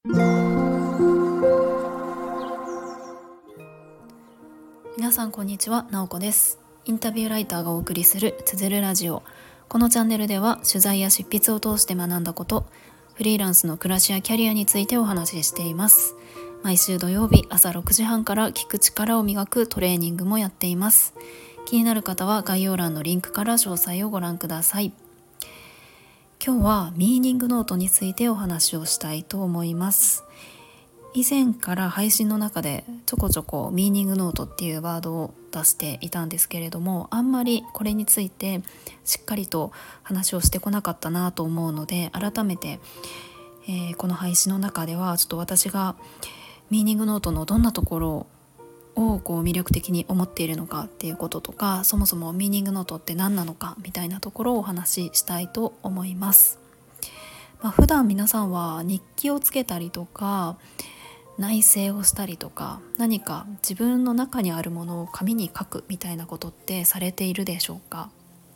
皆さんこんにちは、なおこです。インタビューライターがお送りするつづるラジオ。このチャンネルでは取材や執筆を通して学んだこと、フリーランスの暮らしやキャリアについてお話ししています。毎週土曜日朝6時半から聞く力を磨くトレーニングもやっています。気になる方は概要欄のリンクから詳細をご覧ください。今日はミーニングノートについてお話をしたいと思います。以前から配信の中でちょこちょこミーニングノートっていうワードを出していたんですけれども、あんまりこれについてしっかりと話をしてこなかったなと思うので、改めて、この配信の中ではちょっと私がミーニングノートのどんなところを魅力的に思っているのかっていうこととか、そもそもミーニングノートって何なのかみたいなところをお話ししたいと思います。普段皆さんは日記をつけたりとか内省をしたりとか、何か自分の中にあるものを紙に書くみたいなことってされているでしょうか。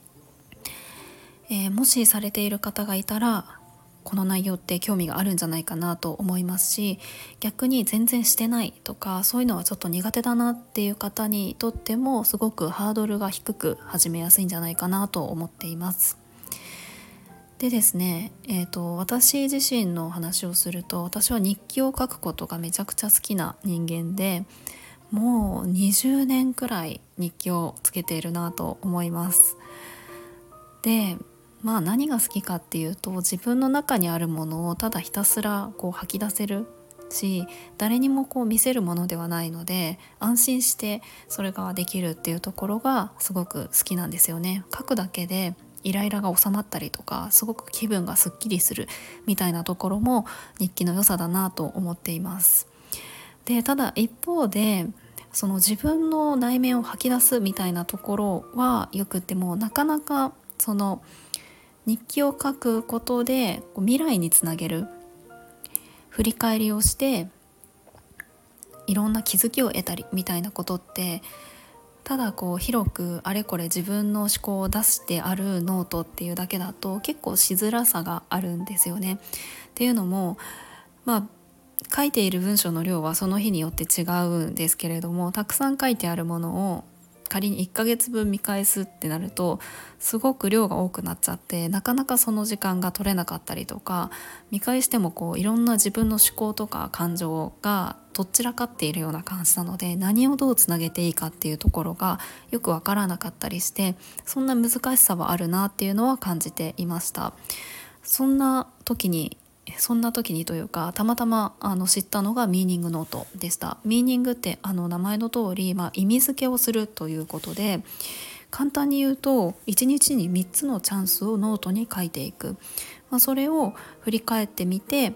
もしされている方がいたらこの内容って興味があるんじゃないかなと思いますし、逆に全然してないとかそういうのはちょっと苦手だなっていう方にとってもすごくハードルが低く始めやすいんじゃないかなと思っています。でですね、私自身の話をすると、私は日記を書くことがめちゃくちゃ好きな人間で、もう20年くらい日記をつけているなと思います。で、何が好きかっていうと、自分の中にあるものをただひたすら吐き出せるし、誰にも見せるものではないので、安心してそれができるっていうところがすごく好きなんですよね。書くだけでイライラが収まったりとか、すごく気分がすっきりするみたいなところも日記の良さだなと思っています。で、ただ一方でその自分の内面を吐き出すみたいなところはよくっても、なかなかその日記を書くことで未来につなげる、振り返りをしていろんな気づきを得たりみたいなことって、ただ広くあれこれ自分の思考を出してあるノートっていうだけだと結構しづらさがあるんですよね。っていうのも、書いている文章の量はその日によって違うんですけれども、たくさん書いてあるものを仮に1ヶ月分見返すってなると、すごく量が多くなっちゃって、なかなかその時間が取れなかったりとか、見返してもいろんな自分の思考とか感情がどっちらかっているような感じなので、何をどうつなげていいかっていうところがよくわからなかったりして、そんな難しさはあるなっていうのは感じていました。そんな時にというか、たまたま知ったのがミーニングノートでした。ミーニングって名前の通り、意味付けをするということで、簡単に言うと1日に3つのチャンスをノートに書いていく、それを振り返ってみて、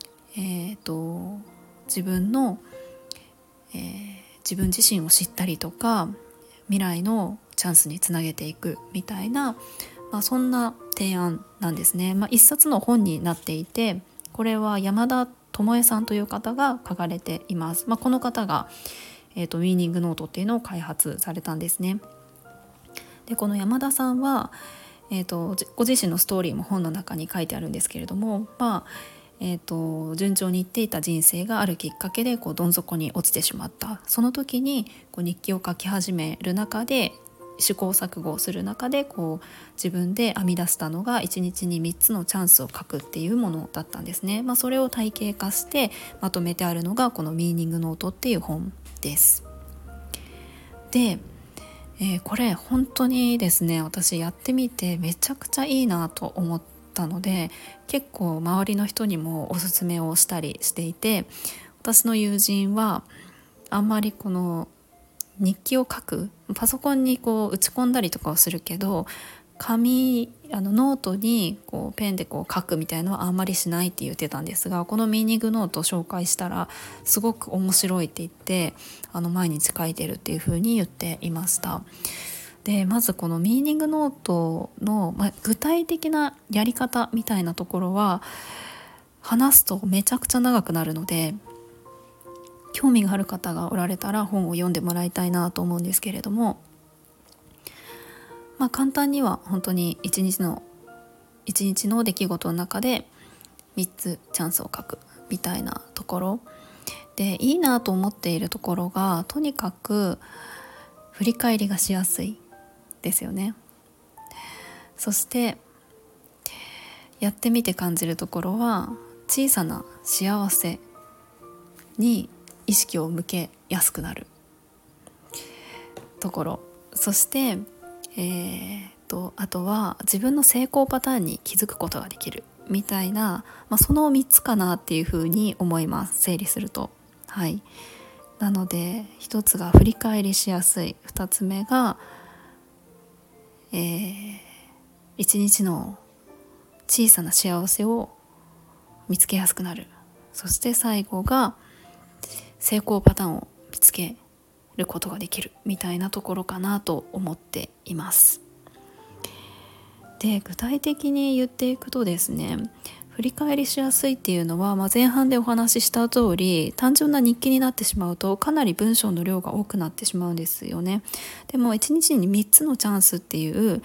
自分の、自分自身を知ったりとか、未来のチャンスにつなげていくみたいな、そんな提案なんですね。一冊の本になっていて、これは山田智恵さんという方が書かれています。この方が、ウィーニングノートっていうのを開発されたんですね。で、この山田さんは、ご自身のストーリーも本の中に書いてあるんですけれども、順調にいっていた人生があるきっかけでどん底に落ちてしまった。その時に日記を書き始める中で、試行錯誤をする中で自分で編み出したのが1日に3つのチャンスを書くっていうものだったんですね。それを体系化してまとめてあるのがこのミーニングノートっていう本です。で、これ本当にですね、私やってみてめちゃくちゃいいなと思ったので、結構周りの人にもおすすめをしたりしていて、私の友人はあんまりこの日記を書く、パソコンに打ち込んだりとかはするけど、ノートにペンで書くみたいのはあんまりしないって言ってたんですが、このミーニングノートを紹介したらすごく面白いって言って、毎日書いてるっていう風に言っていました。で、まずこのミーニングノートの、具体的なやり方みたいなところは話すとめちゃくちゃ長くなるので、興味がある方がおられたら本を読んでもらいたいなと思うんですけれども、簡単には本当に一日の出来事の中で3つチャンスを書く、 みたいなところで、いいなと思っているところがとにかく振り返りがしやすいですよね。そしてやってみて感じるところは、小さな幸せに意識を向けやすくなるところ、そして、あとは自分の成功パターンに気づくことができるみたいな、その3つかなっていうふうに思います、整理すると。はい、なので1つが振り返りしやすい、2つ目が、一日の小さな幸せを見つけやすくなる、そして最後が成功パターンを見つけることができるみたいなところかなと思っています。で、具体的に言っていくとですね、振り返りしやすいっていうのは、前半でお話しした通り単純な日記になってしまうとかなり文章の量が多くなってしまうんですよね。でも1日に3つのチャンスっていう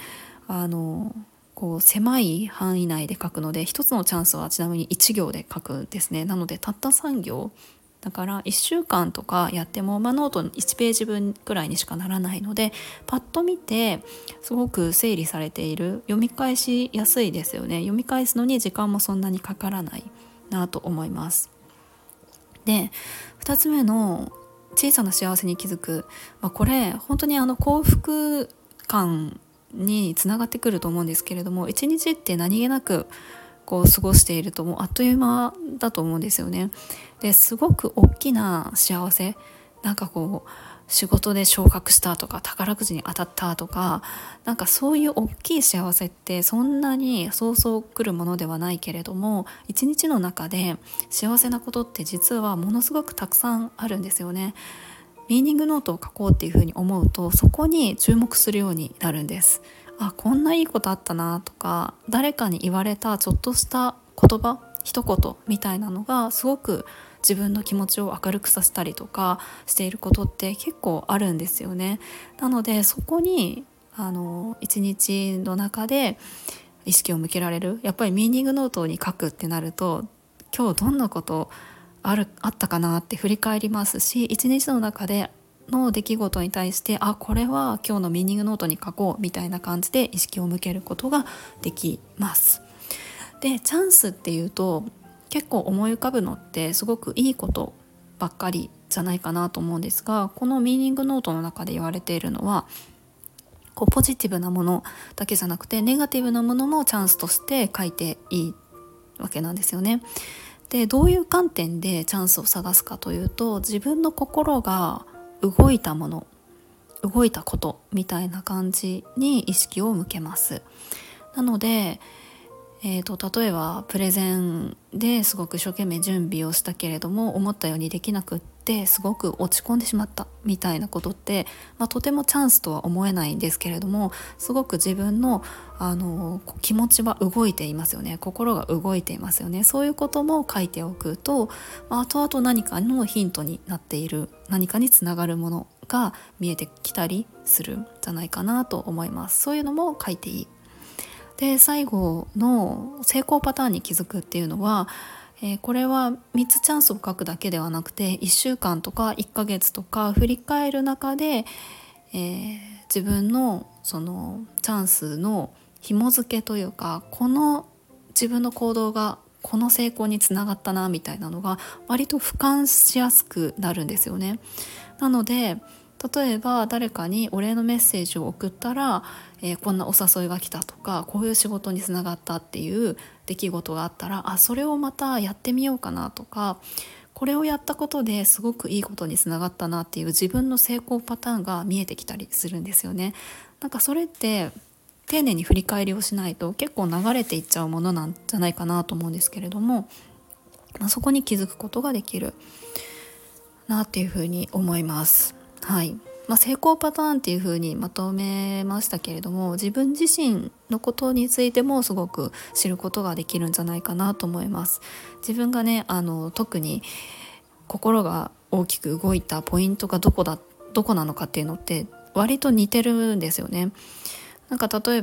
狭い範囲内で書くので、1つのチャンスはちなみに1行で書くんですね。なのでたった3行だから1週間とかやっても、ノート1ページ分くらいにしかならないので、パッと見てすごく整理されている、読み返しやすいですよね。読み返すのに時間もそんなにかからないなと思います。で、2つ目の小さな幸せに気づく、これ本当に幸福感につながってくると思うんですけれども、一日って何気なく過ごしているともうあっという間だと思うんですよね。ですごく大きな幸せ、仕事で昇格したとか宝くじに当たったとか、そういう大きい幸せってそんなにそうそう来るものではないけれども、一日の中で幸せなことって実はものすごくたくさんあるんですよね。ミーニングノートを書こうっていうふうに思うと、そこに注目するようになるんです。こんないいことあったなとか、誰かに言われたちょっとした言葉一言みたいなのがすごく自分の気持ちを明るくさせたりとかしていることって結構あるんですよね。なのでそこに一日の中で意識を向けられる。やっぱりミーニングノートに書くってなると、今日どんなことあったかなって振り返りますし、一日の中での出来事に対して、これは今日のミーニングノートに書こうみたいな感じで意識を向けることができます。で、チャンスっていうと結構思い浮かぶのってすごくいいことばっかりじゃないかなと思うんですが、このミーニングノートの中で言われているのは、ポジティブなものだけじゃなくてネガティブなものもチャンスとして書いていいわけなんですよね。で、どういう観点でチャンスを探すかというと、自分の心が動いたもの、動いたことみたいな感じに意識を向けます。なので、例えばプレゼンですごく一生懸命準備をしたけれども思ったようにできなくってすごく落ち込んでしまったみたいなことって、とてもチャンスとは思えないんですけれども、すごく自分の、気持ちは動いていますよね。心が動いていますよね。そういうことも書いておくと、後々何かのヒントになっている、何かにつながるものが見えてきたりするんじゃないかなと思います。そういうのも書いていい。で、最後の成功パターンに気づくっていうのは、これは3つチャンスを書くだけではなくて、1週間とか1ヶ月とか振り返る中で、自分のそのチャンスの紐付けというか、この自分の行動がこの成功につながったなみたいなのが割と俯瞰しやすくなるんですよね。なので例えば誰かにお礼のメッセージを送ったら、こんなお誘いが来たとか、こういう仕事につながったっていう出来事があったら、それをまたやってみようかなとか、これをやったことですごくいいことにつながったなっていう自分の成功パターンが見えてきたりするんですよね。それって丁寧に振り返りをしないと結構流れていっちゃうものなんじゃないかなと思うんですけれども、そこに気づくことができるなっていうふうに思います。はい。成功パターンっていう風にまとめましたけれども、自分自身のことについてもすごく知ることができるんじゃないかなと思います。自分がね、特に心が大きく動いたポイントがどこなのかっていうのって割と似てるんですよね。例えば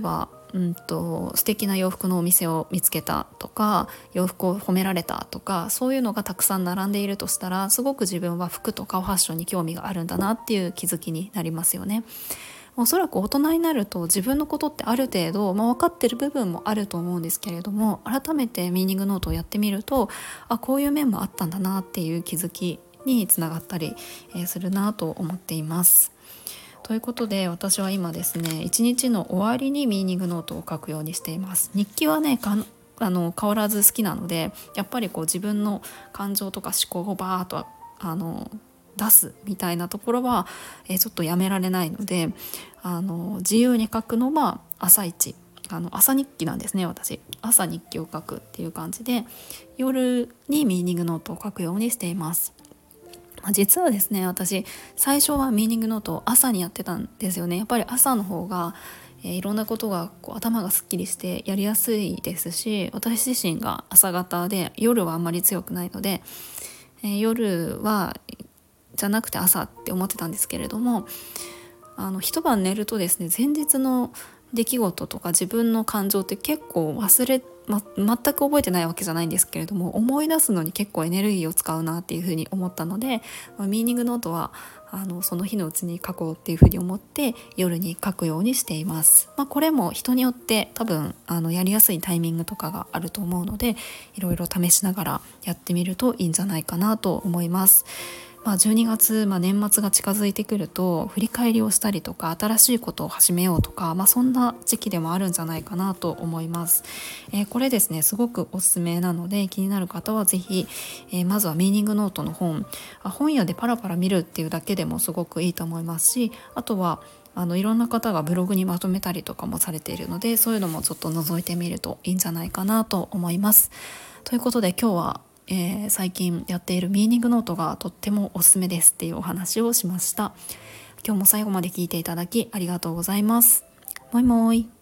素敵な洋服のお店を見つけたとか、洋服を褒められたとか、そういうのがたくさん並んでいるとしたら、すごく自分は服とかファッションに興味があるんだなっていう気づきになりますよね。おそらく大人になると自分のことってある程度、分かってる部分もあると思うんですけれども、改めてミーニングノートをやってみると、こういう面もあったんだなっていう気づきにつながったりするなと思っています。ということで、私は今ですね、一日の終わりにミーニングノートを書くようにしています。日記はね変わらず好きなので、やっぱり自分の感情とか思考をバーッと出すみたいなところは、ちょっとやめられないので、自由に書くのは朝一、朝日記なんですね。私朝日記を書くっていう感じで、夜にミーニングノートを書くようにしています。実はですね、私最初はミーニングノートを朝にやってたんですよね。やっぱり朝の方が、いろんなことが頭がすっきりしてやりやすいですし、私自身が朝型で夜はあんまり強くないので、夜はじゃなくて朝って思ってたんですけれども、一晩寝るとですね、前日の出来事とか自分の感情って結構全く覚えてないわけじゃないんですけれども、思い出すのに結構エネルギーを使うなっていうふうに思ったので、ミーニングノートはその日のうちに書こうっていうふうに思って夜に書くようにしています。これも人によって多分やりやすいタイミングとかがあると思うので、いろいろ試しながらやってみるといいんじゃないかなと思います。12月、年末が近づいてくると振り返りをしたりとか、新しいことを始めようとか、そんな時期でもあるんじゃないかなと思います。これですね、すごくおすすめなので、気になる方はぜひ、まずはミーニングノートの本屋でパラパラ見るっていうだけでもすごくいいと思いますし、あとはいろんな方がブログにまとめたりとかもされているので、そういうのもちょっと覗いてみるといいんじゃないかなと思います。ということで、今日は最近やっているミーニングノートがとってもおすすめですっていうお話をしました。今日も最後まで聞いていただきありがとうございます。もいもい。